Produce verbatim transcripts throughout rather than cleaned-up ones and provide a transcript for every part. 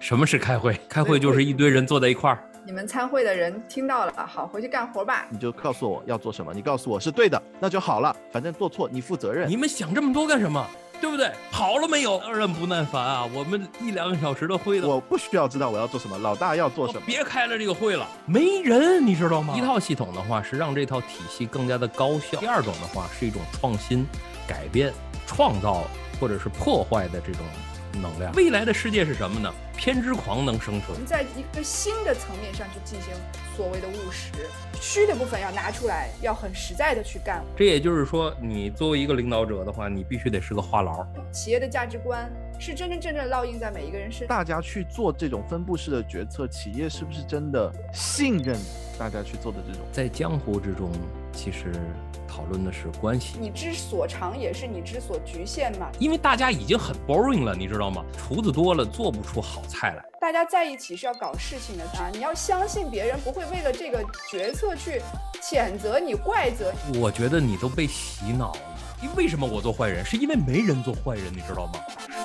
什么是开会？开会就是一堆人坐在一块儿。 你们参会的人听到了，好，回去干活吧。 你就告诉我要做什么，你告诉我是对的，那就好了，反正做错你负责任。 你们想这么多干什么？对不对？好了没有？当然不耐烦啊！我们一两个小时的会的， 我不需要知道我要做什么，老大要做什么。 别开了这个会了，没人，你知道吗？一套系统的话是让这套体系更加的高效。第二种的话是一种创新、改变、创造或者是破坏的这种能量。未来的世界是什么呢？偏执狂能生存。 我们在一个新的层面上去进行所谓的务实，虚的部分要拿出来，要很实在的去干。 这也就是说，你作为一个领导者的话，你必须得是个话痨。 企业的价值观是真真正正烙印在每一个人身上。 大家去做这种分布式的决策，企业是不是真的信任大家去做的这种？ 在江湖之中，其实讨论的是关系。 你之所长也是你之所局限嘛。 因为大家已经很 boring 了，你知道吗？厨子多了，做不出好菜来。 大家在一起是要搞事情的啊！你要相信别人不会为了这个决策去谴责你、怪责你。 我觉得你都被洗脑了。因为什么我做坏人？是因为没人做坏人，你知道吗？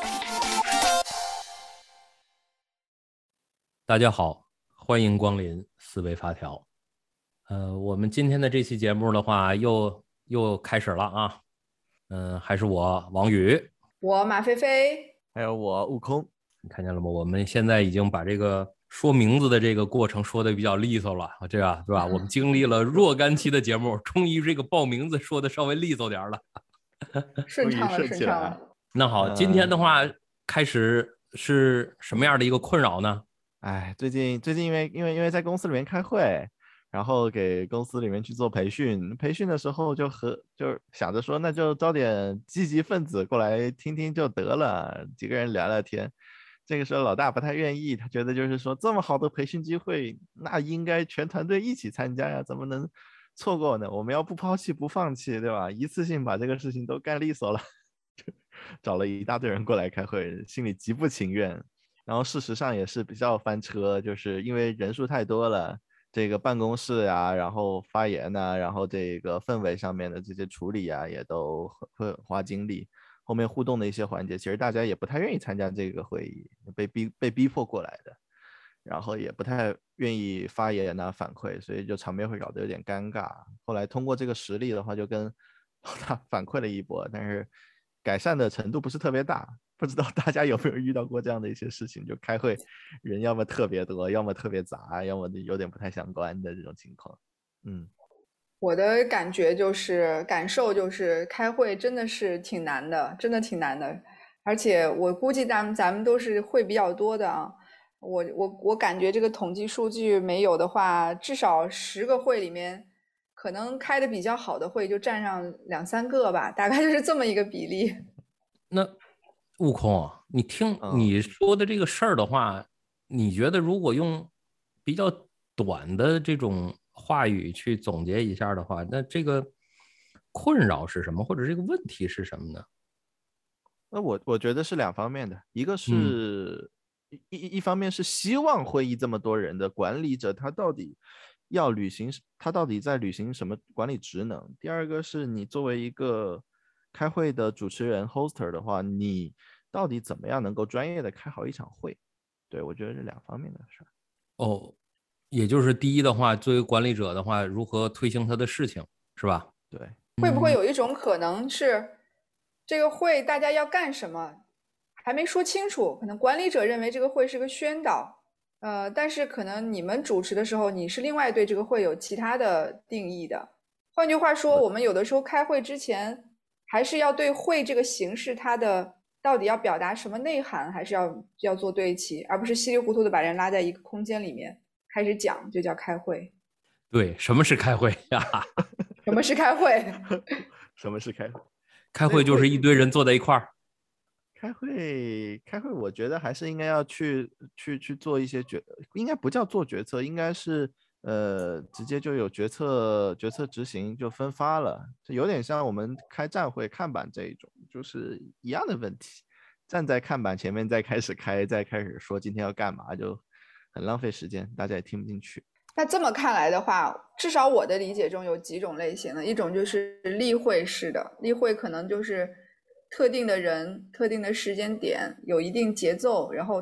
大家好，欢迎光临思维发条。呃，我们今天的这期节目的话，又又开始了啊。嗯、呃，还是我王宇， 我马飞飞， 还有我悟空。 你看见了吗？我们现在已经把这个说名字的这个过程说的比较利索了，这样对吧？我们经历了若干期的节目，终于这个报名字说的稍微利索点了， 顺畅了，顺畅了。 那好，今天的话开始是什么样的一个困扰呢？ 哎，最近最近因为因为因为在公司里面开会，然后给公司里面去做培训，培训的时候就和就想着说，那就招点积极分子过来听听就得了，几个人聊聊天。这个时候老大不太愿意，他觉得就是说这么好的培训机会，那应该全团队一起参加呀，怎么能错过呢？我们要不抛弃不放弃，对吧？一次性把这个事情都干利索了，找了一大堆人过来开会，心里极不情愿。然后事实上也是比较翻车，就是因为人数太多了，这个办公室啊，然后发言啊，然后这个氛围上面的这些处理啊，也都会花精力。后面互动的一些环节，其实大家也不太愿意参加这个会议，被逼被逼迫过来的，然后也不太愿意发言啊反馈，所以就场面会搞得有点尴尬。后来通过这个实力的话，就跟老大反馈了一波，但是改善的程度不是特别大。不知道大家有没有遇到过这样的一些事情，就开会人要么特别多，要么特别杂，要么有点不太相关的这种情况。嗯。 我的感觉就是感受就是开会真的是挺难的，真的挺难的，而且我估计咱们咱们都是会比较多的啊。我我我感觉这个统计数据没有的话，至少十个会里面，可能开的比较好的会就占上两三个吧，大概就是这么一个比例。 那悟空啊，你听你说的这个事儿的话，嗯、你觉得如果用比较短的这种话语去总结一下的话，那这个困扰是什么，或者这个问题是什么呢？ 那我我觉得是两方面的，一个是、嗯、一一方面是希望会议这么多人的管理者，他到底要履行，他到底在履行什么管理职能？第二个是你作为一个开会的主持人 hoster 的话，你到底怎么样能够专业的开好一场会？对，我觉得是两方面的事儿。 哦，也就是第一的话，作为管理者的话，如何推行他的事情，是吧？ 对。 会不会有一种可能是，这个会大家要干什么还没说清楚，可能管理者认为这个会是个宣导，呃，但是可能你们主持的时候，你是另外对这个会有其他的定义的。换句话说，我们有的时候开会之前，还是要对会这个形式它的到底要表达什么内涵，还是要要做对齐，而不是稀里糊涂的把人拉在一个空间里面开始讲，就叫开会。 对，什么是开会呀？ 什么是开会？ 什么是开会？ 开会就是一堆人坐在一块儿。 开会，开会，我觉得还是应该要去去去做一些决，应该不叫做决策，应该是呃直接就有决策决策执行就分发了，这有点像我们开站会看板这一种，就是一样的问题。站在看板前面再开始开，再开始说今天要干嘛，就很浪费时间，大家也听不进去。 那这么看来的话，至少我的理解中有几种类型的，一种就是例会式的，例会可能就是特定的人、特定的时间点，有一定节奏，然后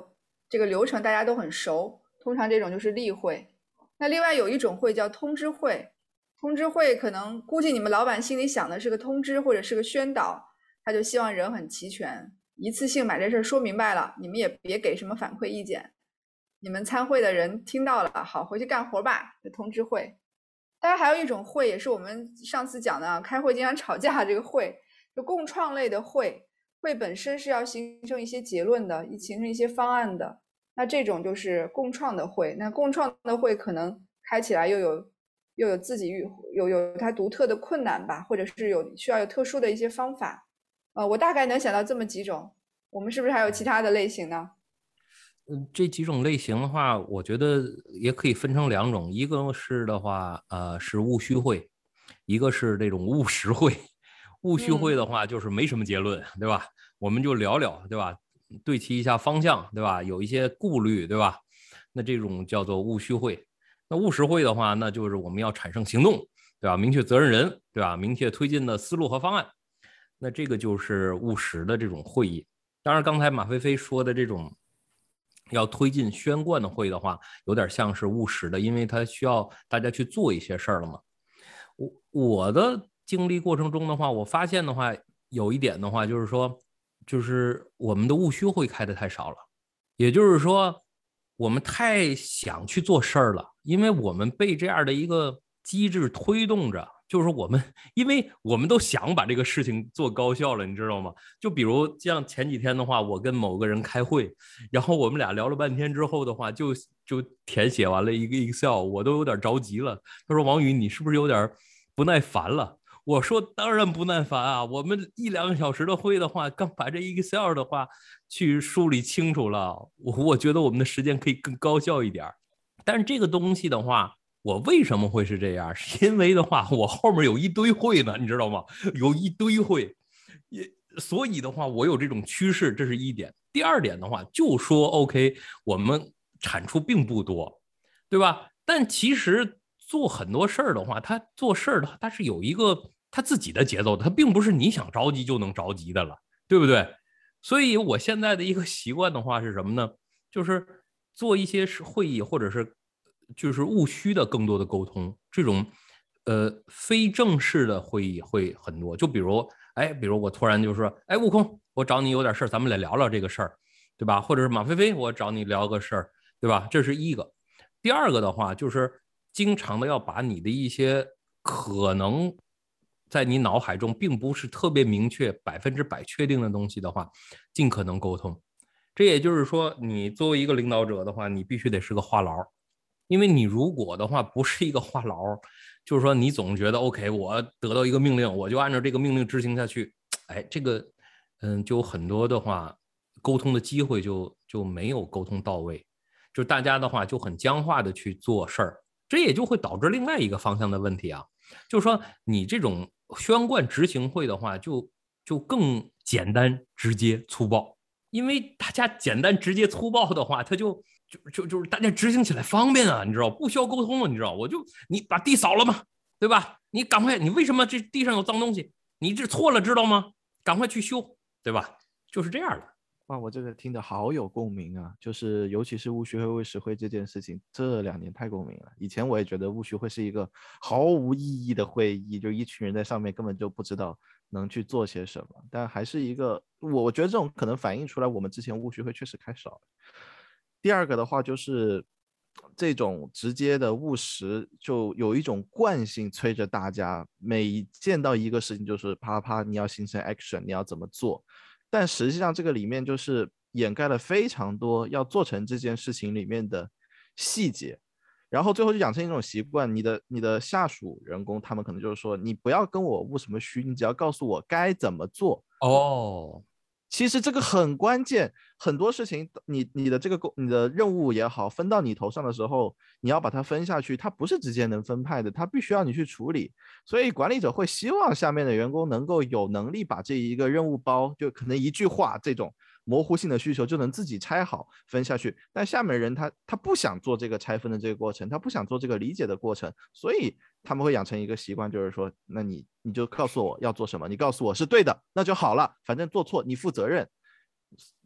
这个流程大家都很熟，通常这种就是例会。那另外有一种会叫通知会，通知会可能估计你们老板心里想的是个通知或者是个宣导，他就希望人很齐全，一次性把这事说明白了，你们也别给什么反馈意见，你们参会的人听到了，好，回去干活吧，这通知会。当然还有一种会，也是我们上次讲的，开会经常吵架这个会，就共创类的会，会本身是要形成一些结论的，形成一些方案的，那这种就是共创的会。那共创的会可能开起来又有又有自己有有它独特的困难吧，或者是有需要有特殊的一些方法。呃，我大概能想到这么几种，我们是不是还有其他的类型呢？ 嗯，这几种类型的话，我觉得也可以分成两种，一个是的话，呃，是务虚会，一个是这种务实会。务虚会的话，就是没什么结论，对吧？我们就聊聊，对吧？对齐一下方向，对吧？有一些顾虑，对吧？那这种叫做务虚会。那务实会的话，那就是我们要产生行动，对吧？明确责任人，对吧？明确推进的思路和方案。那这个就是务实的这种会议。当然，刚才马飞飞说的这种要推进宣贯的会的话，有点像是务实的，因为它需要大家去做一些事儿了嘛。我我的经历过程中的话，我发现的话，有一点的话就是说，就是我们的务虚会开的太少了，也就是说，我们太想去做事儿了，因为我们被这样的一个机制推动着。就是我们，因为我们都想把这个事情做高效了，你知道吗？就比如像前几天的话，我跟某个人开会，然后我们俩聊了半天之后的话，就就填写完了一个 Excel， 我都有点着急了。他说：“王宇，你是不是有点不耐烦了？”我说：“当然不耐烦啊，我们一两个小时的会的话，刚把这 Excel 的话去梳理清楚了，我我觉得我们的时间可以更高效一点。但是这个东西的话。”我为什么会是这样？是因为的话，我后面有一堆会呢，你知道吗？有一堆会，也所以的话，我有这种趋势，这是一点。第二点的话，就说 OK， 我们产出并不多，对吧？但其实做很多事儿的话，他做事儿的他是有一个他自己的节奏的，他并不是你想着急就能着急的了，对不对？所以我现在的一个习惯的话是什么呢？就是做一些会议或者是。就是务虚的更多的沟通，这种呃非正式的会议会很多。就比如，哎，比如我突然就说，哎，悟空，我找你有点事儿，咱们来聊聊这个事儿，对吧？或者是马飞飞，我找你聊个事儿，对吧？这是一个。第二个的话，就是经常的要把你的一些可能在你脑海中并不是特别明确、百分之百确定的东西的话，尽可能沟通。这也就是说，你作为一个领导者的话，你必须得是个话痨。因为你如果的话不是一个话痨，就是说你总觉得 OK， 我得到一个命令，我就按照这个命令执行下去，哎，这个嗯，就有很多的话，沟通的机会就就没有沟通到位，就大家的话就很僵化的去做事儿，这也就会导致另外一个方向的问题啊，就是说你这种宣贯执行会的话，就就更简单、直接、粗暴，因为大家简单、直接、粗暴的话，他就。就就就是大家执行起来方便啊，你知道不需要沟通了，你知道我就你把地扫了嘛，对吧？你赶快，你为什么这地上有脏东西？你这错了知道吗？赶快去修，对吧？就是这样的。 哇，我这个听得好有共鸣啊！就是尤其是务虚会、务实会这件事情，这两年太共鸣了。以前我也觉得务虚会是一个毫无意义的会议，就一群人在上面根本就不知道能去做些什么。但还是一个，我我觉得这种可能反映出来我们之前务虚会确实开少了。第二个的话就是这种直接的务实，就有一种惯性催着大家，每见到一个事情就是啪啪，你要形成 action， 你要怎么做。但实际上这个里面就是掩盖了非常多要做成这件事情里面的细节，然后最后就养成一种习惯，你的你的下属员工他们可能就是说，你不要跟我务什么虚，你只要告诉我该怎么做。 哦， 其实这个很关键，很多事情你你的这个你的任务也好，分到你头上的时候，你要把它分下去，它不是直接能分派的，它必须要你去处理。所以管理者会希望下面的员工能够有能力把这一个任务包，就可能一句话这种模糊性的需求就能自己拆好分下去，但下面人他他不想做这个拆分的这个过程，他不想做这个理解的过程，所以他们会养成一个习惯，就是说，那你你就告诉我要做什么，你告诉我是对的，那就好了，反正做错你负责任。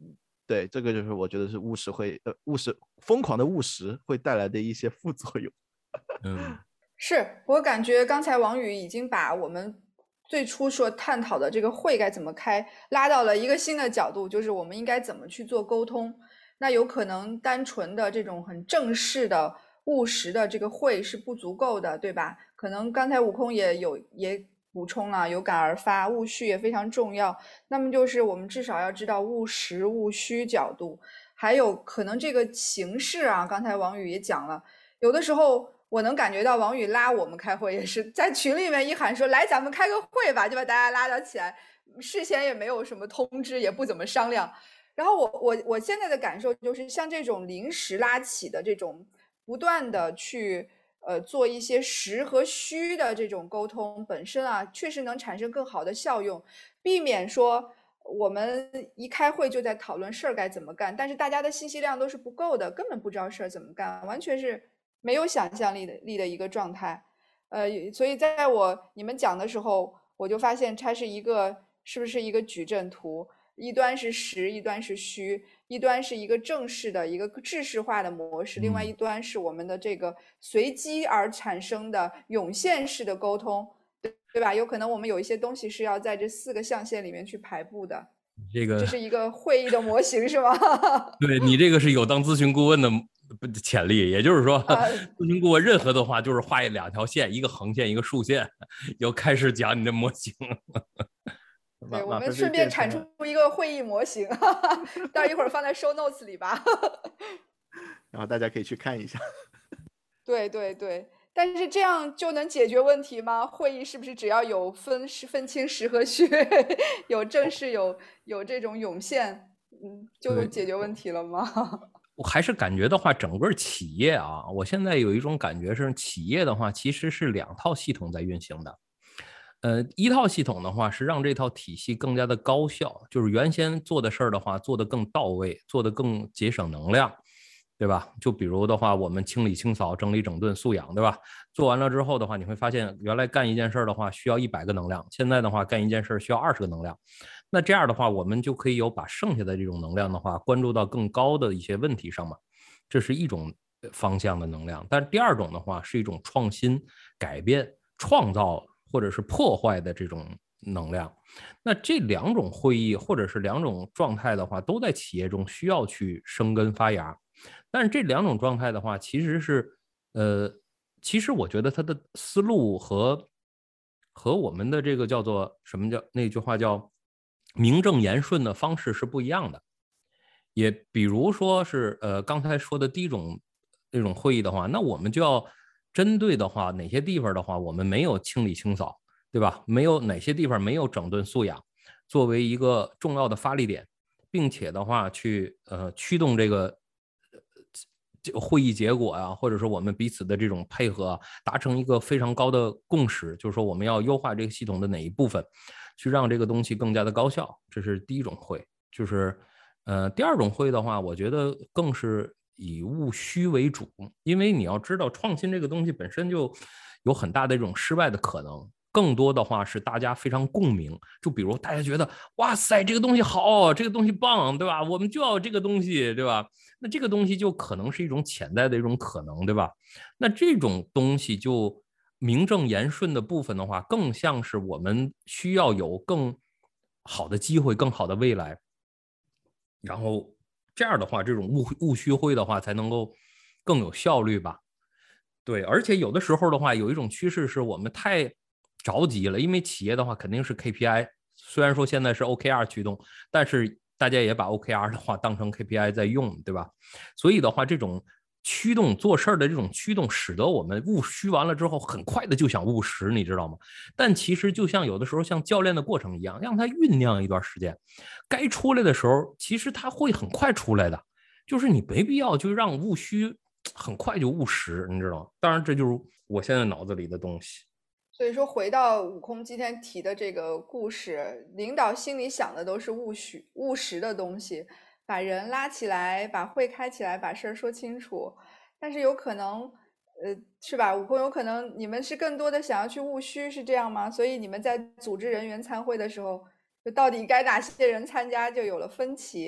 对，这个就是我觉得是务实会呃务实疯狂的务实会带来的一些副作用。 嗯， 是我感觉刚才王宇已经把我们最初说探讨的这个会该怎么开拉到了一个新的角度，就是我们应该怎么去做沟通。那有可能单纯的这种很正式的务实的这个会是不足够的，对吧？可能刚才悟空也有也补充了，有感而发，务虚也非常重要。那么就是我们至少要知道务实务虚角度，还有可能这个形式啊，刚才王宇也讲了，有的时候我能感觉到王宇拉我们开会也是在群里面一喊说来咱们开个会吧，就把大家拉到起来，事先也没有什么通知，也不怎么商量。然后我我我现在的感受就是，像这种临时拉起的这种，不断的去呃做一些实和虚的这种沟通，本身啊确实能产生更好的效用，避免说我们一开会就在讨论事儿该怎么干，但是大家的信息量都是不够的，根本不知道事儿怎么干，完全是没有想象力的力的一个状态。呃，所以在我你们讲的时候，我就发现它是一个是不是一个矩阵图。一端是实，一端是虚，一端是一个正式的一个制式化的模式，另外一端是我们的这个随机而产生的涌现式的沟通，对对吧？有可能我们有一些东西是要在这四个象限里面去排布的。 这个这是一个会议的模型是吗？ 对，你这个是有当咨询顾问的潜力，也就是说，咨询顾问任何的话就是画两条线，一个横线，一个竖线，又开始讲你的模型。 对，我们顺便产出一个会议模型，待一会儿放在 show notes 里吧。 然后大家可以去看一下。 对对对，但是这样就能解决问题吗？会议是不是只要有分分清实和虚，有正式有有这种涌现，嗯，就解决问题了吗？ 我还是感觉的话，整个企业啊，我现在有一种感觉是，企业的话其实是两套系统在运行的。呃，一套系统的话是让这套体系更加的高效，就是原先做的事儿的话做得更到位，做得更节省能量，对吧？就比如的话，我们清理清扫、整理整顿、素养，对吧？做完了之后的话，你会发现原来干一件事的话需要一百个能量，现在的话干一件事需要二十个能量。那这样的话，我们就可以有把剩下的这种能量的话关注到更高的一些问题上嘛，这是一种方向的能量。但第二种的话是一种创新、改变、创造或者是破坏的这种能量。那这两种会议或者是两种状态的话，都在企业中需要去生根发芽。但是这两种状态的话，其实是呃，其实我觉得它的思路和和我们的这个叫做什么叫那句话叫名正言顺的方式是不一样的。也比如说是呃刚才说的第一种这种会议的话，那我们就要针对的话，哪些地方的话我们没有清理清扫，对吧？没有哪些地方没有整顿素养，作为一个重要的发力点，并且的话去呃驱动这个会议结果啊，或者说我们彼此的这种配合，达成一个非常高的共识，就是说我们要优化这个系统的哪一部分，去让这个东西更加的高效。这是第一种会，就是呃第二种会的话，我觉得更是以务虚为主，因为你要知道创新这个东西本身就有很大的这种失败的可能。更多的话是大家非常共鸣，就比如大家觉得哇塞这个东西好，这个东西棒，对吧？我们就要这个东西，对吧？那这个东西就可能是一种潜在的一种可能，对吧？那这种东西就名正言顺的部分的话，更像是我们需要有更好的机会、更好的未来，然后这样的话，这种务务虚会的话才能够更有效率吧。对，而且有的时候的话，有一种趋势是我们太着急了，因为企业的话肯定是 K P I， 虽然说现在是 O K R 驱动，但是大家也把 O K R 的话当成 K P I 在用，对吧？所以的话，这种驱动做事的这种驱动，使得我们务虚完了之后，很快的就想务实，你知道吗？但其实就像有的时候像教练的过程一样，让它酝酿一段时间，该出来的时候，其实它会很快出来的，就是你没必要就让务虚很快就务实，你知道吗？当然，这就是我现在脑子里的东西。 所以说，回到悟空今天提的这个故事，领导心里想的都是务虚、务实的东西，把人拉起来，把会开起来，把事儿说清楚。但是有可能，呃，是吧？悟空有可能你们是更多的想要去务虚，是这样吗？所以你们在组织人员参会的时候，就到底该哪些人参加，就有了分歧。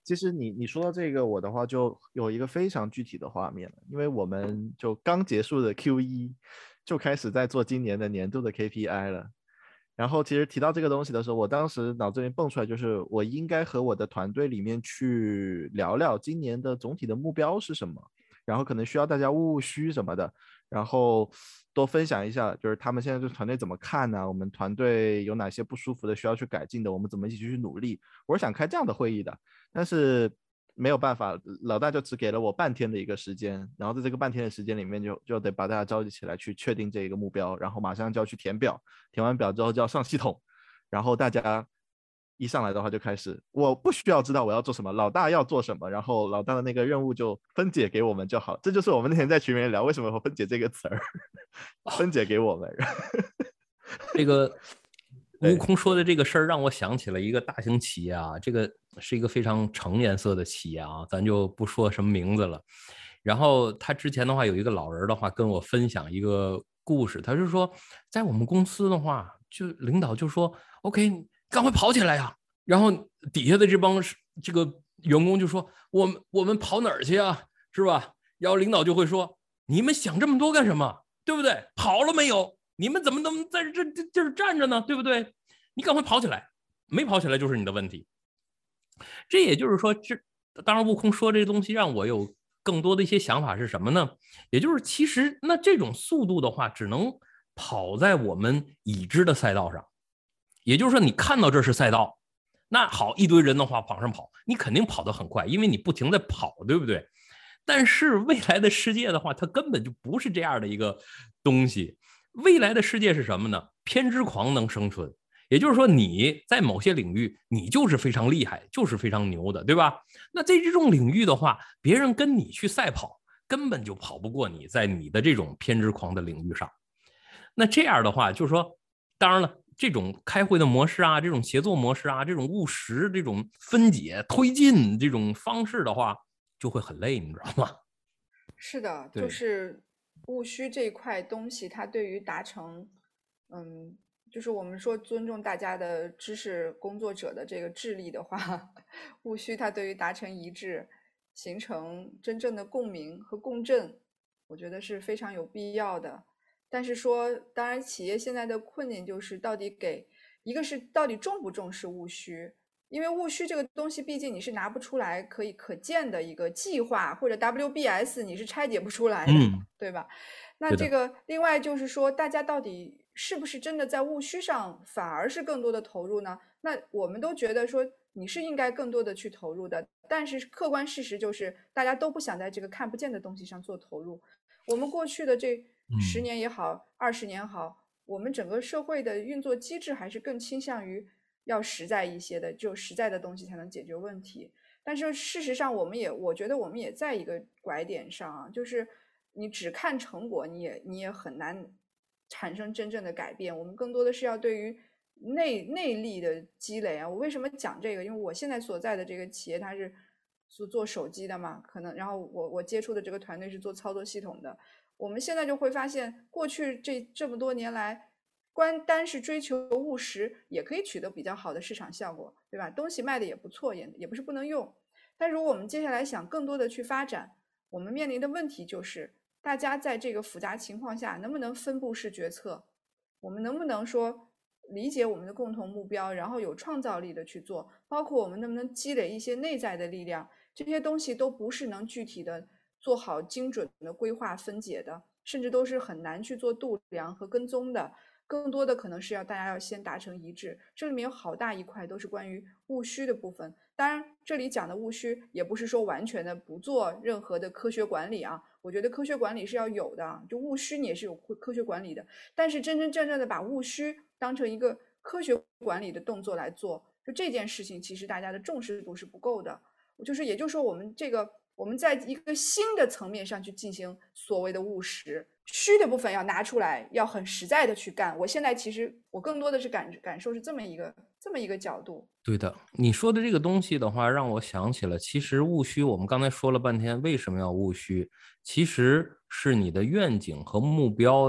其实你你说到这个，我的话就有一个非常具体的画面了，因为我们就刚结束的 Q 一就开始在做今年的年度的 K P I 了。然后其实提到这个东西的时候，我当时脑子里蹦出来就是我应该和我的团队里面去聊聊今年的总体的目标是什么，然后可能需要大家务务虚什么的，然后多分享一下，就是他们现在这个团队怎么看呢？我们团队有哪些不舒服的需要去改进的，我们怎么一起去努力？我是想开这样的会议的，但是没有办法，老大就只给了我半天的一个时间，然后在这个半天的时间里面就就得把大家召集起来去确定这一个目标，然后马上就要去填表，填完表之后就要上系统，然后大家一上来的话就开始，我不需要知道我要做什么，老大要做什么，然后老大的那个任务就分解给我们就好。这就是我们那天在群里面聊为什么会分解这个词儿，分解给我们。 这个悟空说的这个事儿让我想起了一个大型企业啊，这个是一个非常橙颜色的企业啊，咱就不说什么名字了。然后他之前的话有一个老人的话跟我分享一个故事，他是说在我们公司的话，就领导就说 OK 赶快跑起来呀，然后底下的这帮这个员工就说我们我们跑哪儿去啊，是吧？然后领导就会说你们想这么多干什么，对不对？跑了没有？你们怎么能在这这这站着呢？对不对？你赶快跑起来，没跑起来就是你的问题。这也就是说，这当然悟空说这东西让我有更多的一些想法是什么呢？也就是其实那这种速度的话，只能跑在我们已知的赛道上。也就是说，你看到这是赛道，那好，一堆人的话往上跑，你肯定跑得很快，因为你不停在跑，对不对？但是未来的世界的话，它根本就不是这样的一个东西。未来的世界是什么呢？偏执狂能生存，也就是说你在某些领域你就是非常厉害，就是非常牛的，对吧？那在这种领域的话，别人跟你去赛跑根本就跑不过你，在你的这种偏执狂的领域上。那这样的话就是说，当然了，这种开会的模式啊，这种协作模式啊，这种务实这种分解推进这种方式的话就会很累，你知道吗？ 是的，就是务虚这一块东西，它对于达成，嗯，就是我们说尊重大家的知识工作者的这个智力的话，务虚它对于达成一致、形成真正的共鸣和共振，我觉得是非常有必要的。但是说，当然企业现在的困境就是到底给一个是到底重不重视务虚。因为务虚这个东西，毕竟你是拿不出来可以可见的一个计划，或者 W B S 你是拆解不出来的， 嗯， 对吧？那这个另外就是说，大家到底是不是真的在务虚上反而是更多的投入呢？那我们都觉得说你是应该更多的去投入的，但是客观事实就是大家都不想在这个看不见的东西上做投入。我们过去的这十年也好，二十年好，我们整个社会的运作机制还是更倾向于要实在一些的，只有实在的东西才能解决问题。但是事实上，我们也，我觉得我们也在一个拐点上啊，就是你只看成果，你也你也很难产生真正的改变。我们更多的是要对于内内力的积累啊。我为什么讲这个？因为我现在所在的这个企业，它是做做手机的嘛，可能然后我我接触的这个团队是做操作系统的。我们现在就会发现，过去这这么多年来，单单是追求务实，也可以取得比较好的市场效果，对吧？东西卖的也不错，也也不是不能用。但如果我们接下来想更多的去发展，我们面临的问题就是，大家在这个复杂情况下，能不能分步式决策？我们能不能说理解我们的共同目标，然后有创造力的去做？包括我们能不能积累一些内在的力量？这些东西都不是能具体的做好精准的规划分解的，甚至都是很难去做度量和跟踪的。更多的可能是要大家要先达成一致，这里面有好大一块都是关于务虚的部分。当然，这里讲的务虚也不是说完全的不做任何的科学管理啊，我觉得科学管理是要有的，就务虚你也是有科学管理的。但是真真正正的把务虚当成一个科学管理的动作来做，就这件事情其实大家的重视度是不够的。就是也就是说，我们这个我们在一个新的层面上去进行所谓的务实。虚的部分要拿出来，要很实在的去干。我现在其实我更多的是感感受是这么一个这么一个角度。 对的，你说的这个东西的话，让我想起了，其实务虚，我们刚才说了半天，为什么要务虚？其实是你的愿景和目标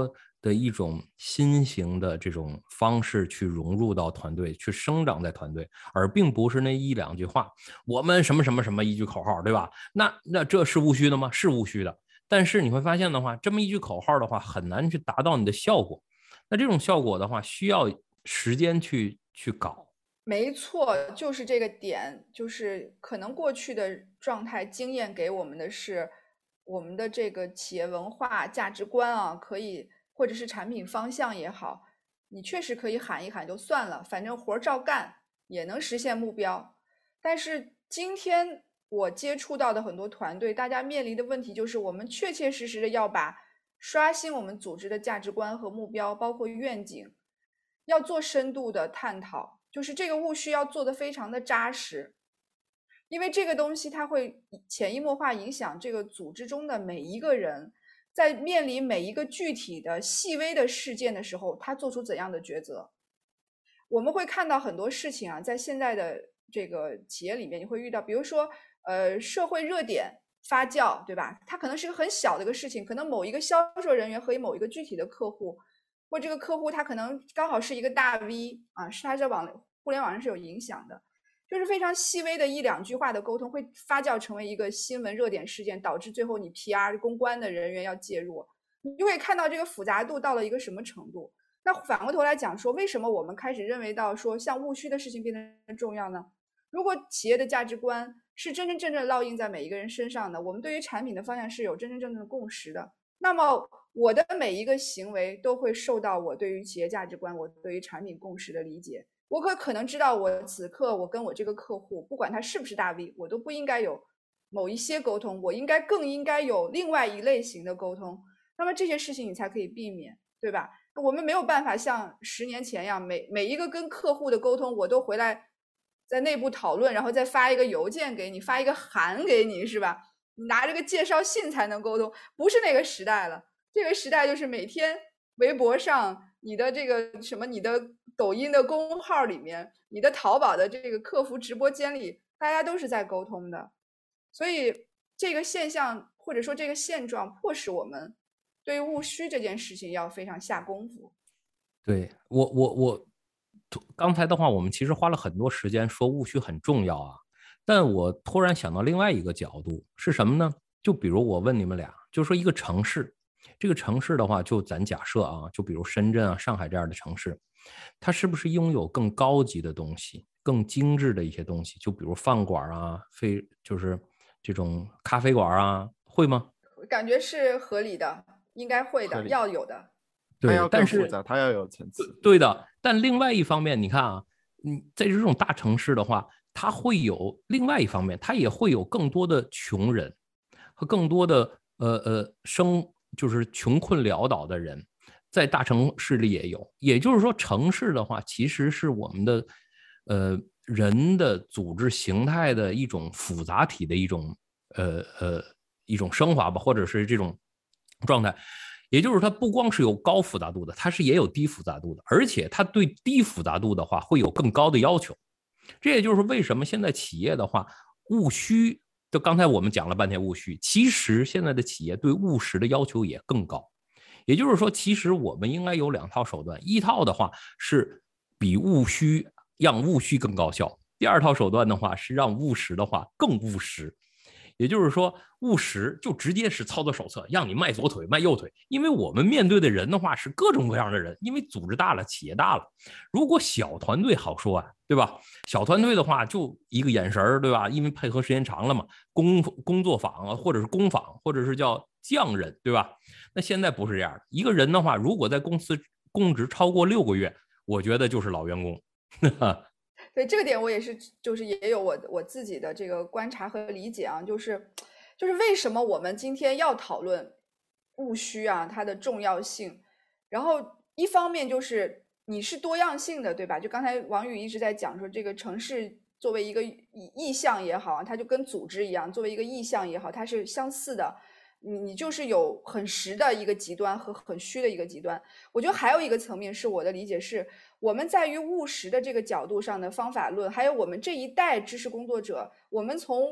的一种新型的这种方式去融入到团队，去生长在团队，而并不是那一两句话，我们什么什么什么一句口号，对吧？那那这是务虚的吗？是务虚的。但是你会发现的话，这么一句口号的话，很难去达到你的效果。那这种效果的话，需要时间去去搞。 没错，就是这个点，就是可能过去的状态经验给我们的是，我们的这个企业文化价值观啊，可以或者是产品方向也好，你确实可以喊一喊就算了，反正活照干也能实现目标。但是今天我接触到的很多团队，大家面临的问题就是，我们确确实实的要把刷新我们组织的价值观和目标，包括愿景，要做深度的探讨。就是这个务虚要做得非常的扎实，因为这个东西它会潜移默化影响这个组织中的每一个人，在面临每一个具体的细微的事件的时候，他做出怎样的抉择。我们会看到很多事情啊，在现在的这个企业里面，你会遇到，比如说呃社会热点发酵，对吧？它可能是个很小的一个事情，可能某一个销售人员和某一个具体的客户。或这个客户他可能刚好是一个大 V 啊，是他在网互联网上是有影响的，就是非常细微的一两句话的沟通会发酵成为一个新闻热点事件，导致最后你 P R 公关的人员要介入，你就会看到这个复杂度到了一个什么程度。那反过头来讲说，为什么我们开始认为到说像务虚的事情变得重要呢？如果企业的价值观是真真正正烙印在每一个人身上的，我们对于产品的方向是有真真正正的共识的，那么我的每一个行为都会受到我对于企业价值观，我对于产品共识的理解。我可可能知道我此刻我跟我这个客户，不管他是不是大 V， 我都不应该有某一些沟通，我应该更应该有另外一类型的沟通。那么这些事情你才可以避免，对吧？我们没有办法像十年前一样，每每一个跟客户的沟通，我都回来在内部讨论，然后再发一个邮件给你，发一个函给你，是吧？你拿这个介绍信才能沟通，不是那个时代了。这个时代就是每天微博上，你的这个什么，你的抖音的公号里面，你的淘宝的这个客服直播间里，大家都是在沟通的。所以这个现象或者说这个现状，迫使我们对于务虚这件事情要非常下功夫。 对，我我我，刚才的话，我们其实花了很多时间说务虚很重要啊，但我突然想到另外一个角度是什么呢？就比如我问你们俩，就说一个城市，这个城市的话，就咱假设啊，就比如深圳啊、上海这样的城市，它是不是拥有更高级的东西、更精致的一些东西？就比如饭馆啊，非就是这种咖啡馆啊，会吗？ 感觉是合理的，应该会的，要有的。 对， 它要更复杂，它要有层次。 对的，但另外一方面，你看啊，嗯，在这种大城市的话，它会有另外一方面，它也会有更多的穷人和更多的呃呃生就是穷困潦倒的人，在大城市里也有。也就是说，城市的话，其实是我们的呃人的组织形态的一种复杂体的一种呃呃一种升华吧，或者是这种状态。也就是它不光是有高复杂度的，它是也有低复杂度的，而且它对低复杂度的话会有更高的要求。这也就是为什么现在企业的话务虚，就刚才我们讲了半天务虚，其实现在的企业对务实的要求也更高。也就是说，其实我们应该有两套手段，一套的话是比务虚让务虚更高效，第二套手段的话是让务实的话更务实。也就是说，务实就直接是操作手册，让你迈左腿、迈右腿。因为我们面对的人的话是各种各样的人，因为组织大了，企业大了。如果小团队好说啊，对吧？小团队的话就一个眼神，对吧？因为配合时间长了嘛，工工作坊啊，或者是工坊，或者是叫匠人，对吧？那现在不是这样的，一个人的话，如果在公司供职超过六个月，我觉得就是老员工。 对这个点，我也是，就是也有我我自己的这个观察和理解啊，就是，就是为什么我们今天要讨论务虚啊，它的重要性。然后一方面就是你是多样性的，对吧？就刚才王宇一直在讲说，这个城市作为一个意象也好啊，它就跟组织一样，作为一个意象也好，它是相似的。你你就是有很实的一个极端和很虚的一个极端。我觉得还有一个层面是我的理解是，我们在于务实的这个角度上的方法论，还有我们这一代知识工作者，我们从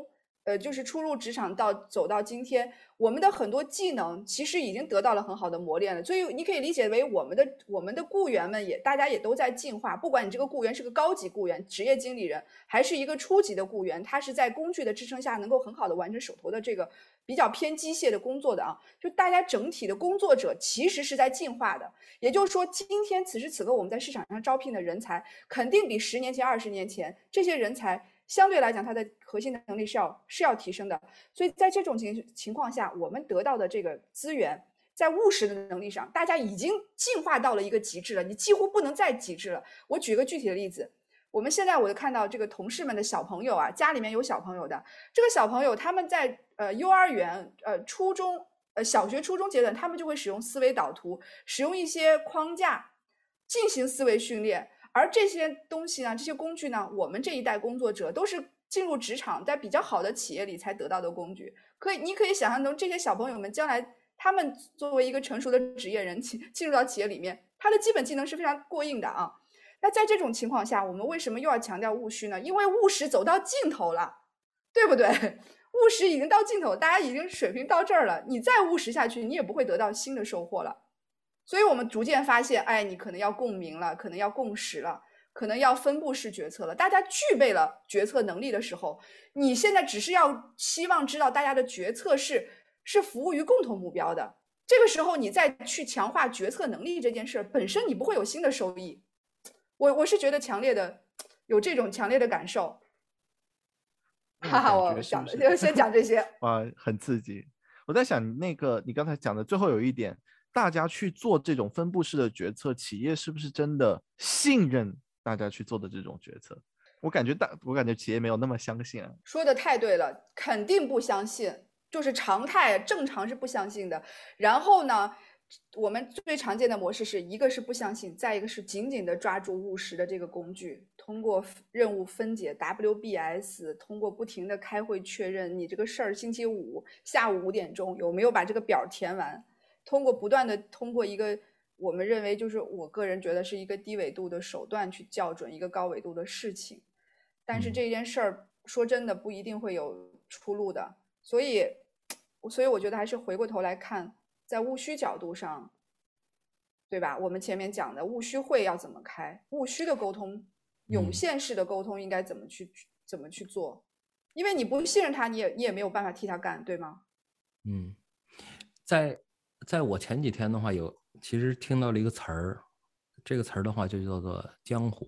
呃，就是初入职场到走到今天，我们的很多技能其实已经得到了很好的磨练了。所以你可以理解为我们的我们的雇员们也大家也都在进化。不管你这个雇员是个高级雇员、职业经理人，还是一个初级的雇员，他是在工具的支撑下能够很好的完成手头的这个比较偏机械的工作的啊。就大家整体的工作者其实是在进化的。也就是说，今天此时此刻我们在市场上招聘的人才，肯定比十年前、二十年前这些人才。相对来讲，它的核心的能力是要是要提升的，所以在这种情情况下，我们得到的这个资源，在务实的能力上，大家已经进化到了一个极致了，你几乎不能再极致了。我举个具体的例子，我们现在我就看到这个同事们的小朋友啊，家里面有小朋友的，这个小朋友他们在呃幼儿园、呃初中、呃小学、初中阶段，他们就会使用思维导图，使用一些框架进行思维训练。而这些东西呢，这些工具呢，我们这一代工作者都是进入职场，在比较好的企业里才得到的工具。可以，你可以想象中，这些小朋友们将来，他们作为一个成熟的职业人，进入到企业里面，他的基本技能是非常过硬的啊。那在这种情况下，我们为什么又要强调务虚呢？因为务实走到尽头了，对不对？务实已经到尽头，大家已经水平到这儿了，你再务实下去，你也不会得到新的收获了。所以我们逐渐发现，哎，你可能要共鸣了，可能要共识了，可能要分布式决策了。大家具备了决策能力的时候，你现在只是要希望知道大家的决策是是服务于共同目标的。这个时候，你再去强化决策能力这件事本身，你不会有新的收益。我我是觉得强烈的有这种强烈的感受。哈哈，我讲的就先讲这些。 哇，很刺激。我在想，那个你刚才讲的最后有一点。大家去做这种分布式的决策，企业是不是真的信任大家去做的这种决策？我感觉大，我感觉企业没有那么相信啊。 说的太对了，肯定不相信，就是常态，正常是不相信的。然后呢，我们最常见的模式是一个是不相信，再一个是紧紧的抓住务实的这个工具，通过任务分解 W B S， 通过不停的开会确认你这个事儿星期五下午五点钟有没有把这个表填完。通过不断的通过一个我们认为就是我个人觉得是一个低纬度的手段去校准一个高纬度的事情，但是这件事儿说真的不一定会有出路的，所以所以我觉得还是回过头来看，在务虚角度上，对吧？我们前面讲的务虚会要怎么开，务虚的沟通，涌现式的沟通应该怎么去、嗯、怎么去做？因为你不信任他，你也你也没有办法替他干，对吗？ 嗯，在。在我前几天的话，有其实听到了一个词儿，这个词儿的话就叫做江湖。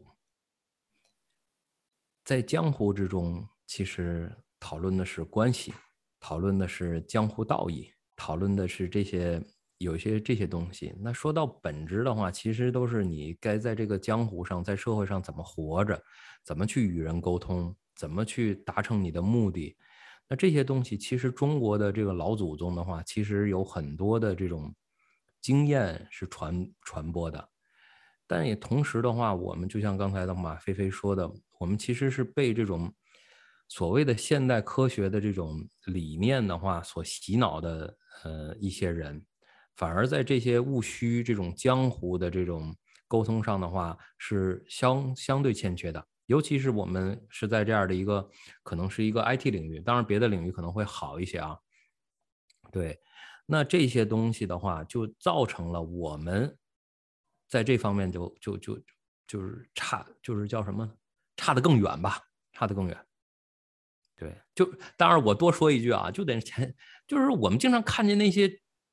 在江湖之中，其实讨论的是关系，讨论的是江湖道义，讨论的是这些有些这些东西。那说到本质的话，其实都是你该在这个江湖上，在社会上怎么活着，怎么去与人沟通，怎么去达成你的目的。那这些东西其实中国的这个老祖宗的话，其实有很多的这种经验是传传播的，但也同时的话，我们就像刚才的马飞飞说的，我们其实是被这种所谓的现代科学的这种理念的话所洗脑的呃一些人，反而在这些务虚这种江湖的这种沟通上的话是相相对欠缺的。尤其是我们是在这样的一个可能是一个 I T 领域，当然别的领域可能会好一些啊。对，那这些东西的话，就造成了我们在这方面就就就就是差，就是叫什么，差得更远吧，差得更远。对，就当然我多说一句啊，就得前，就是我们经常看见那些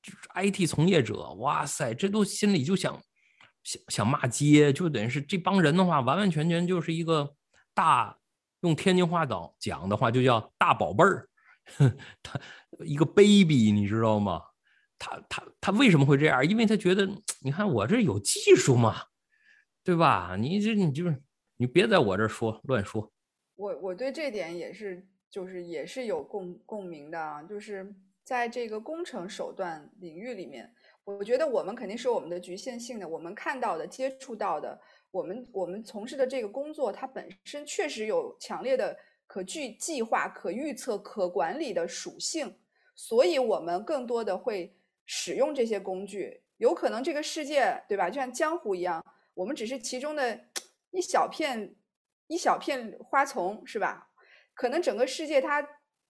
I T 从业者，哇塞，这都心里就想。想想骂街，就等于是这帮人的话，完完全全就是一个大，用天津话讲讲的话，就叫大宝贝儿，他一个 baby， 你知道吗？他他他为什么会这样？因为他觉得，你看我这有技术嘛，对吧？你这你就是你别在我这说乱说。 我我对这点也是，就是也是有共共鸣的啊，就是在这个工程手段领域里面。我觉得我们肯定是有我们的局限性的，我们看到的、接触到的，我们我们从事的这个工作，它本身确实有强烈的可具计划、可预测、可管理的属性，所以我们更多的会使用这些工具。有可能这个世界，对吧？就像江湖一样，我们只是其中的一小片一小片花丛，是吧？可能整个世界它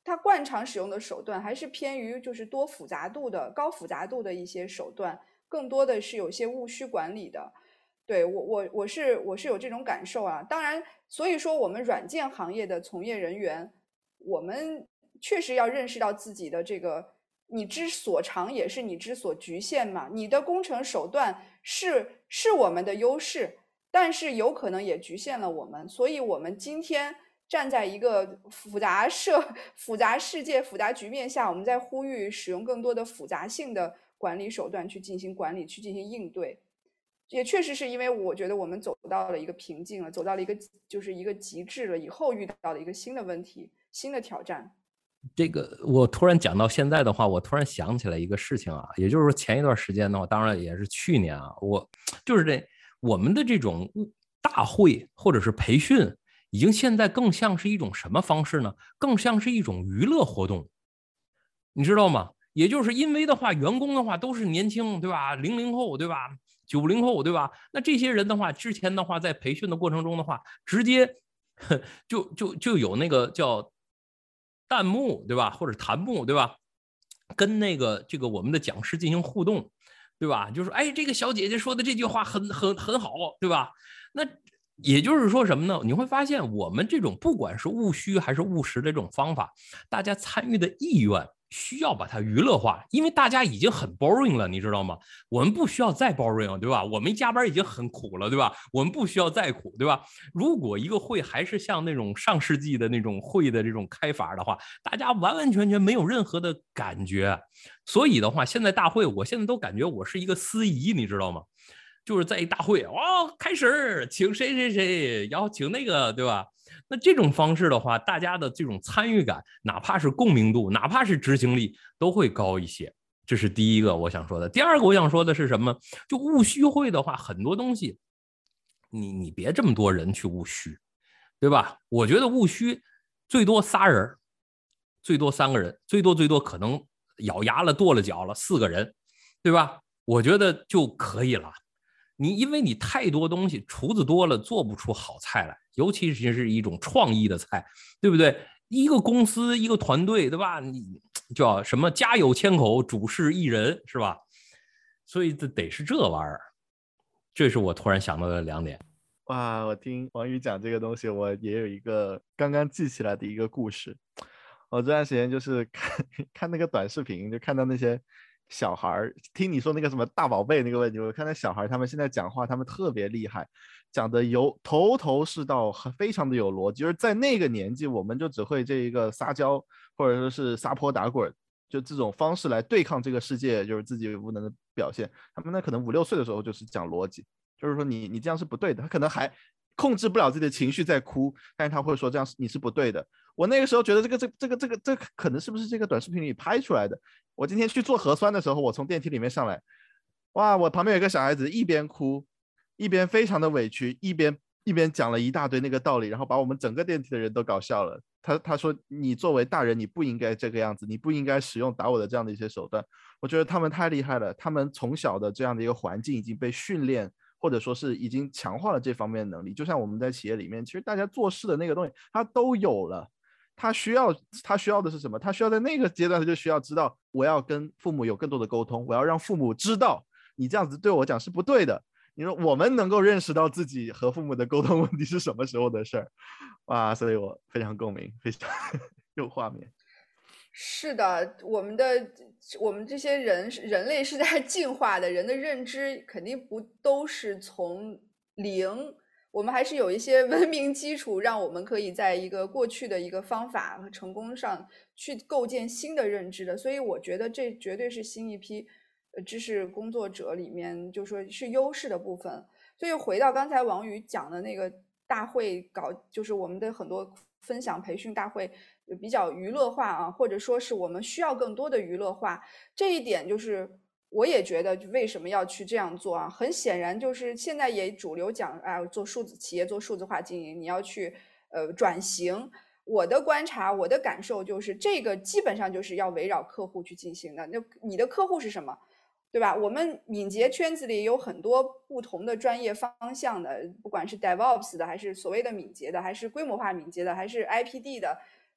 它惯常使用的手段还是偏于就是多复杂度的、高复杂度的一些手段，更多的是有些务虚管理的。对我我我是我是有这种感受啊。当然，所以说我们软件行业的从业人员，我们确实要认识到自己的这个你之所长也是你之所局限嘛。你的工程手段是是我们的优势，但是有可能也局限了我们。所以我们今天站在一个复杂社复杂世界复杂局面下，我们在呼吁使用更多的复杂性的管理手段去进行管理，去进行应对。也确实是因为我觉得我们走到了一个瓶颈了，走到了一个就是一个极致了，以后遇到了一个新的问题、新的挑战。 这个我突然讲到现在的话，我突然想起来一个事情啊，也就是说前一段时间的话，当然也是去年啊，我就是这我们的这种大会或者是培训，已经现在更像是一种什么方式呢？更像是一种娱乐活动，你知道吗？也就是因为的话，员工的话都是年轻，对吧？零零后，对吧？九零后，对吧？那这些人的话，之前的话在培训的过程中的话，直接就就就有那个叫弹幕，对吧？或者弹幕，对吧？跟那个这个我们的讲师进行互动，对吧？就是哎，这个小姐姐说的这句话很很很好，对吧？那也就是说什么呢？你会发现我们这种不管是务虚还是务实的这种方法，大家参与的意愿需要把它娱乐化，因为大家已经很 boring 了，你知道吗？我们不需要再 boring， 对吧？我们加班已经很苦了，对吧？我们不需要再苦，对吧？如果一个会还是像那种上世纪的那种会的这种开法的话，大家完完全全没有任何的感觉。所以的话，现在大会，我现在都感觉我是一个司仪，你知道吗？就是在一大会，哦，开始，请谁谁谁，然后请那个，对吧？那这种方式的话，大家的这种参与感，哪怕是共鸣度，哪怕是执行力，都会高一些。这是第一个我想说的。第二个我想说的是什么？就务虚会的话，很多东西，你你别这么多人去务虚，对吧？我觉得务虚最多仨人，最多三个人，最多最多可能咬牙了跺了脚了四个人，对吧？我觉得就可以了。你因为你太多东西，厨子多了做不出好菜来，尤其是一种创意的菜，对不对？一个公司一个团队，对吧？你叫什么家有千口，主事一人，是吧？所以这得是这玩意儿。这是我突然想到的两点。 哇，我听王宇讲这个东西，我也有一个刚刚记起来的一个故事。我这段时间就是看看那个短视频，就看到那些小孩，听你说那个什么大宝贝那个问题，我看到小孩他们现在讲话，他们特别厉害，讲的有头头是道，非常的有逻辑。就是在那个年纪，我们就只会这一个撒娇，或者说是撒泼打滚，就这种方式来对抗这个世界，就是自己无能的表现。他们那可能五六岁的时候就是讲逻辑，就是说你你这样是不对的，他可能还控制不了自己的情绪在哭，但是他会说这样你是不对的。我那个时候觉得这个这这个这个这个可能是不是这个短视频里拍出来的。我今天去做核酸的时候，我从电梯里面上来，哇，我旁边有一个小孩子一边哭一边非常的委屈，一边一边讲了一大堆那个道理，然后把我们整个电梯的人都搞笑了。他他说你作为大人你不应该这个样子，你不应该使用打我的这样的一些手段。我觉得他们太厉害了，他们从小的这样的一个环境已经被训练，或者说是已经强化了这方面的能力。就像我们在企业里面，其实大家做事的那个东西他都有了，他需要他需要的是什么？他需要在那个阶段他就需要知道，我要跟父母有更多的沟通，我要让父母知道你这样子对我讲是不对的。你说我们能够认识到自己和父母的沟通问题是什么时候的事儿，哇，所以我非常共鸣，非常有画面。 是的，我们的我们这些人人类是在进化的，人的认知肯定不都是从零，我们还是有一些文明基础，让我们可以在一个过去的一个方法和成功上去构建新的认知的。所以我觉得这绝对是新一批知识工作者里面就说是优势的部分。所以回到刚才王宇讲的那个大会搞，就是我们的很多分享培训大会比较娱乐化啊，或者说是我们需要更多的娱乐化。这一点就是我也觉得为什么要去这样做啊？很显然就是现在也主流讲啊，做数字企业做数字化经营，你要去呃转型。我的观察，我的感受就是这个基本上就是要围绕客户去进行的。那你的客户是什么？对吧？我们敏捷圈子里有很多不同的专业方向的，不管是 DevOps 的，还是所谓的敏捷的，还是规模化敏捷的，还是 I P D 的，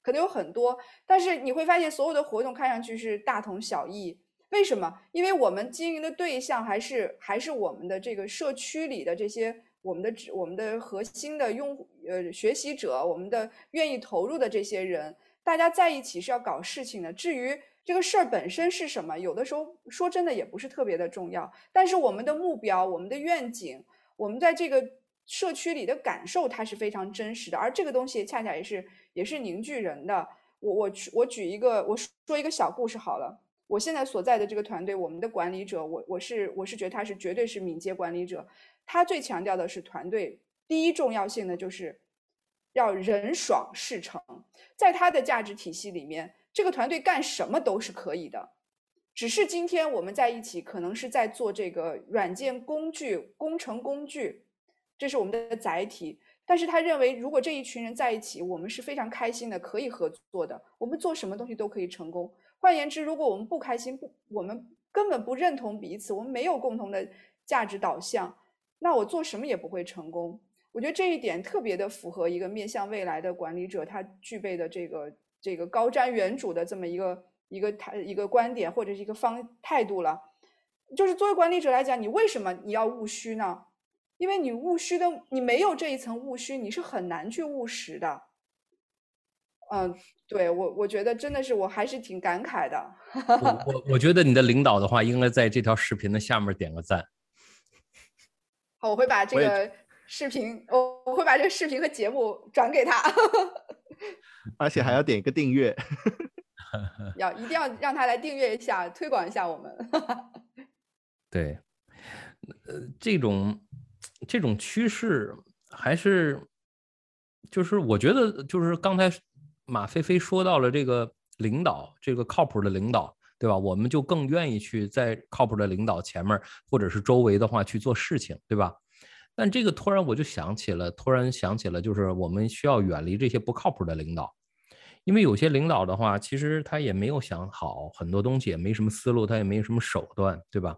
可能有很多，但是你会发现所有的活动看上去是大同小异。为什么？因为我们经营的对象还是还是我们的这个社区里的这些我们的我们的核心的用户呃学习者，我们的愿意投入的这些人，大家在一起是要搞事情的。至于这个事儿本身是什么，有的时候说真的也不是特别的重要，但是我们的目标、我们的愿景，我们在这个社区里的感受，它是非常真实的，而这个东西恰恰也是也是凝聚人的。我我我举一个，我说一个小故事好了。我现在所在的这个团队，我们的管理者，我我是我是觉得他是绝对是敏捷管理者。他最强调的是团队第一重要性的就是要人爽事成。在他的价值体系里面，这个团队干什么都是可以的，只是今天我们在一起可能是在做这个软件工具、工程工具，这是我们的载体。但是他认为，如果这一群人在一起，我们是非常开心的，可以合作的，我们做什么东西都可以成功。换言之，如果我们不开心，不，我们根本不认同彼此，我们没有共同的价值导向，那我做什么也不会成功。我觉得这一点特别的符合一个面向未来的管理者他具备的这个这个高瞻远瞩的这么一个一个一个观点或者是一个方态度了。就是作为管理者来讲，你为什么你要务虚呢？因为你务虚的，你没有这一层务虚，你是很难去务实的。嗯，对，我我觉得真的是，我还是挺感慨的。 我我我觉得你的领导的话，应该在这条视频的下面点个赞。 好，我会把这个视频，我我会把这个视频和节目转给他， 而且还要点一个订阅， 要一定要让他来订阅一下，推广一下我们。 对，呃，这种这种趋势还是，就是我觉得就是刚才马飞飞说到了这个领导，这个靠谱的领导，对吧？我们就更愿意去在靠谱的领导前面或者是周围的话去做事情，对吧？但这个突然我就想起了，突然想起了，就是我们需要远离这些不靠谱的领导，因为有些领导的话，其实他也没有想好很多东西，也没什么思路，他也没什么手段，对吧？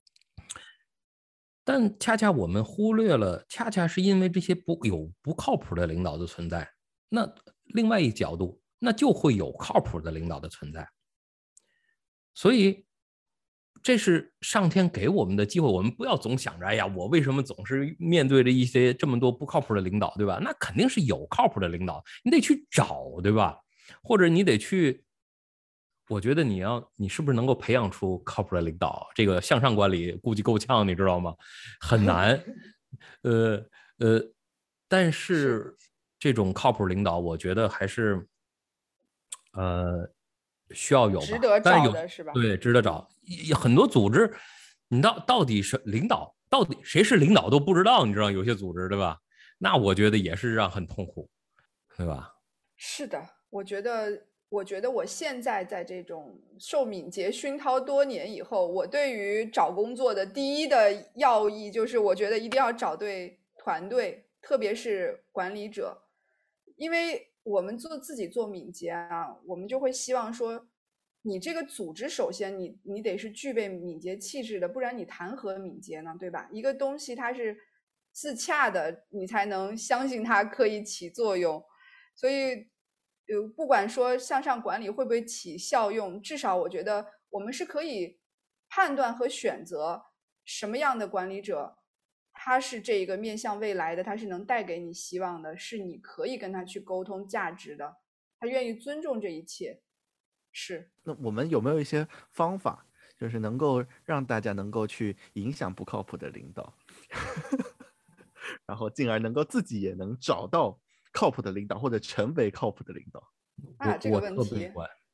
但恰恰我们忽略了，恰恰是因为这些不有不靠谱的领导的存在，那另外一角度，那就会有靠谱的领导的存在。所以这是上天给我们的机会，我们不要总想着，哎呀，我为什么总是面对着一些这么多不靠谱的领导，对吧？那肯定是有靠谱的领导，你得去找，对吧？或者你得去。我觉得你要，你是不是能够培养出靠谱的领导？这个向上管理估计够呛，你知道吗？很难，呃呃，但是这种靠谱领导，我觉得还是呃需要有吧， 值得找的是吧？ 对，值得找。很多组织，你到到底是领导，到底谁是领导都不知道，你知道有些组织对吧？那我觉得也是让很痛苦，对吧？ 是的，我觉得。我觉得我现在在这种受敏捷熏陶多年以后，我对于找工作的第一的要义就是，我觉得一定要找对团队，特别是管理者，因为我们做自己做敏捷啊，我们就会希望说，你这个组织首先你你得是具备敏捷气质的，不然你谈何敏捷呢？对吧？一个东西它是自洽的，你才能相信它可以起作用，所以。呃，不管说向上管理会不会起效用，至少我觉得我们是可以判断和选择什么样的管理者，他是这个面向未来的，他是能带给你希望的，是你可以跟他去沟通价值的，他愿意尊重这一切。是。 那我们有没有一些方法，就是能够让大家能够去影响不靠谱的领导，然后进而能够自己也能找到靠谱的领导，或者成为靠谱的领导？ 啊，这个问题，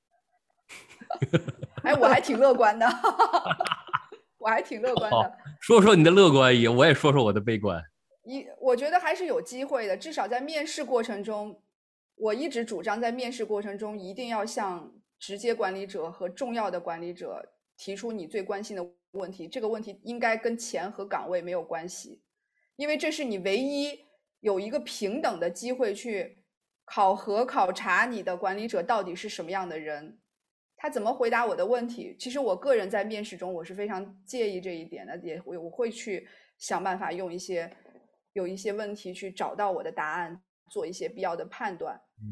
哎，我还挺乐观的，我还挺乐观的。 哦、说说你的乐观，也我也说说我的悲观。 一，我觉得还是有机会的，至少在面试过程中，我一直主张在面试过程中一定要向直接管理者和重要的管理者提出你最关心的问题。这个问题应该跟钱和岗位没有关系，因为这是你唯一有一个平等的机会去考核考察你的管理者到底是什么样的人，他怎么回答我的问题。其实我个人在面试中我是非常介意这一点的，也我会去想办法用一些有一些问题去找到我的答案，做一些必要的判断。 嗯，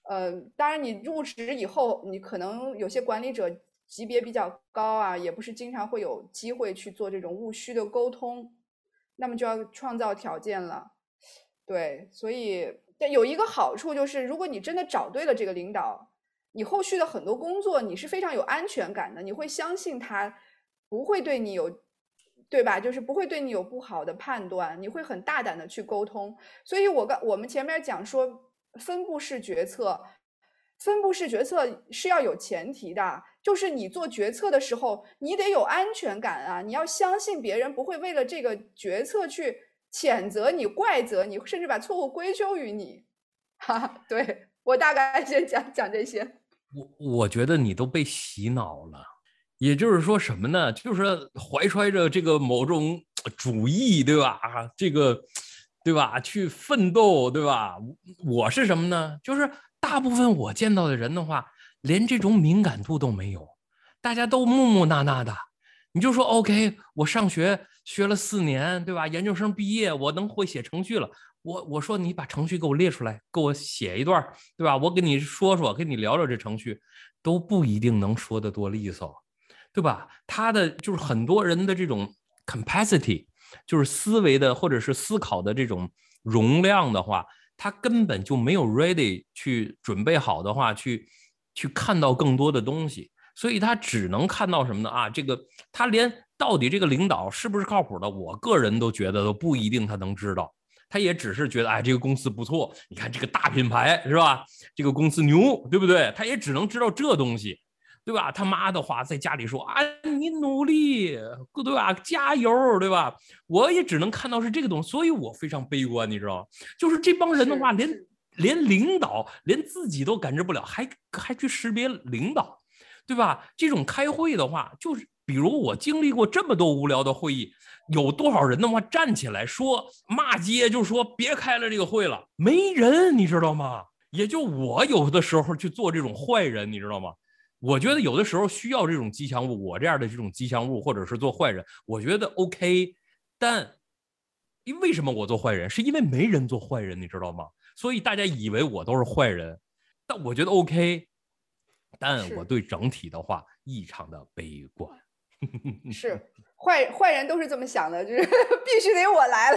呃，当然你入职以后，你可能有些管理者级别比较高啊，也不是经常会有机会去做这种务虚的沟通，那么就要创造条件了。对，所以但有一个好处就是，如果你真的找对了这个领导，你后续的很多工作你是非常有安全感的，你会相信他不会对你有，对吧？就是不会对你有不好的判断，你会很大胆的去沟通。所以我刚我们前面讲说分布式决策，分布式决策是要有前提的，就是你做决策的时候，你得有安全感啊，你要相信别人不会为了这个决策去谴责你、怪责你，甚至把错误归咎于你。哈，对，我大概先讲讲这些。 我我觉得你都被洗脑了，也就是说什么呢？就是怀揣着这个某种主义，对吧？啊，这个，对吧？去奋斗，对吧？我是什么呢？就是大部分我见到的人的话，连这种敏感度都没有，大家都木木讷讷的。你就说 OK， 我上学学了四年，对吧？研究生毕业，我能会写程序了。我我说你把程序给我列出来，给我写一段，对吧？我跟你说说，跟你聊聊这程序，都不一定能说得多利索，对吧？他的就是很多人的这种 capacity， 就是思维的或者是思考的这种容量的话，他根本就没有 ready 去准备好的话，去去看到更多的东西。所以他只能看到什么呢？啊，这个他连到底这个领导是不是靠谱的，我个人都觉得都不一定他能知道。他也只是觉得，哎，这个公司不错，你看这个大品牌是吧？这个公司牛，对不对？他也只能知道这东西，对吧？他妈的话在家里说啊，你努力，对吧？加油，对吧？我也只能看到是这个东西，所以我非常悲观，你知道吗？就是这帮人的话，连连领导连自己都感知不了，还还去识别领导。对吧？这种开会的话，就是比如我经历过这么多无聊的会议，有多少人的话站起来说骂街，就说别开了这个会了，没人，你知道吗？也就我有的时候去做这种坏人，你知道吗？我觉得有的时候需要这种吉祥物，我这样的这种吉祥物，或者是做坏人，我觉得 OK。但为什么我做坏人？是因为没人做坏人，你知道吗？所以大家以为我都是坏人，但我觉得 OK。但我对整体的话异常的悲观。 是坏坏人都是这么想的，就是必须得我来了。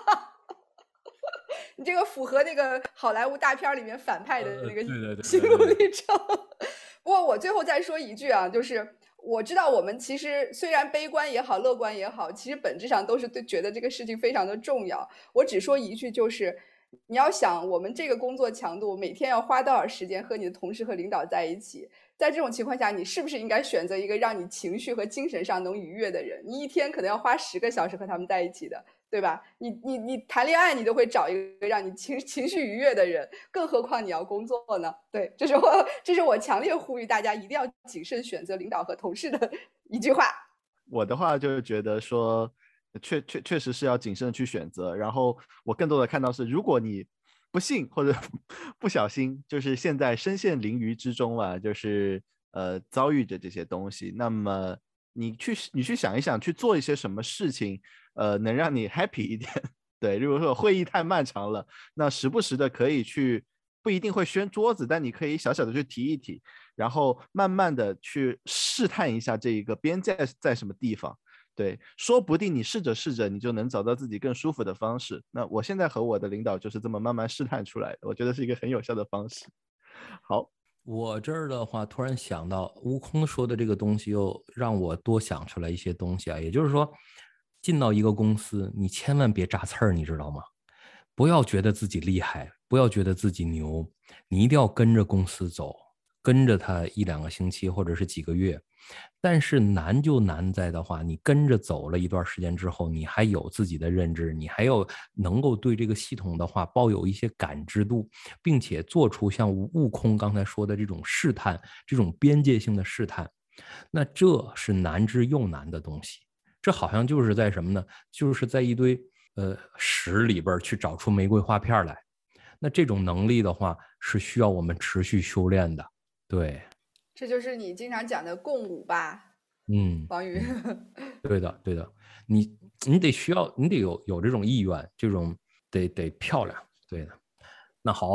你这个符合那个好莱坞大片里面反派的那个心路历程。不过我最后再说一句啊，就是我知道我们其实虽然悲观也好，乐观也好，其实本质上都是对觉得这个事情非常的重要。我只说一句，就是你要想我们这个工作强度，每天要花多少时间和你的同事和领导在一起，在这种情况下，你是不是应该选择一个让你情绪和精神上能愉悦的人？你一天可能要花十个小时和他们在一起的，对吧？你你你谈恋爱，你都会找一个让你情情绪愉悦的人，更何况你要工作呢？对，这是我这是我强烈呼吁大家一定要谨慎选择领导和同事的一句话。 我的话就是觉得说，确确确实是要谨慎去选择。然后我更多的看到是，如果你不幸或者不小心，就是现在身陷囹圄之中啊，就是呃遭遇着这些东西，那么你去你去想一想，去做一些什么事情，呃，能让你 happy 一点。对，如果说会议太漫长了，那时不时的可以去，不一定会掀桌子，但你可以小小的去提一提，然后慢慢的去试探一下这一个边界在什么地方。对，说不定你试着试着，你就能找到自己更舒服的方式。那我现在和我的领导就是这么慢慢试探出来的，我觉得是一个很有效的方式。好， 我这儿的话，突然想到悟空说的这个东西，又让我多想出来一些东西啊。也就是说，进到一个公司，你千万别扎刺儿，你知道吗？不要觉得自己厉害，不要觉得自己牛，你一定要跟着公司走，跟着他一两个星期或者是几个月。但是难就难在的话，你跟着走了一段时间之后，你还有自己的认知，你还有能够对这个系统的话抱有一些感知度，并且做出像悟空刚才说的这种试探，这种边界性的试探，那这是难之又难的东西。这好像就是在什么呢？就是在一堆呃屎里边去找出玫瑰花片来。那这种能力的话，是需要我们持续修炼的。对。 这就是你经常讲的共舞吧， 嗯， 王宇。 嗯、对的，对的，你你得需要，你得有有这种意愿，这种得得漂亮，对的。那好，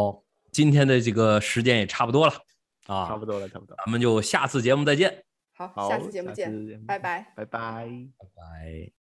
今天的这个时间也差不多了啊， 差不多了，差不多， 咱们就下次节目再见。 好，下次节目见，拜拜， 拜拜， 拜拜。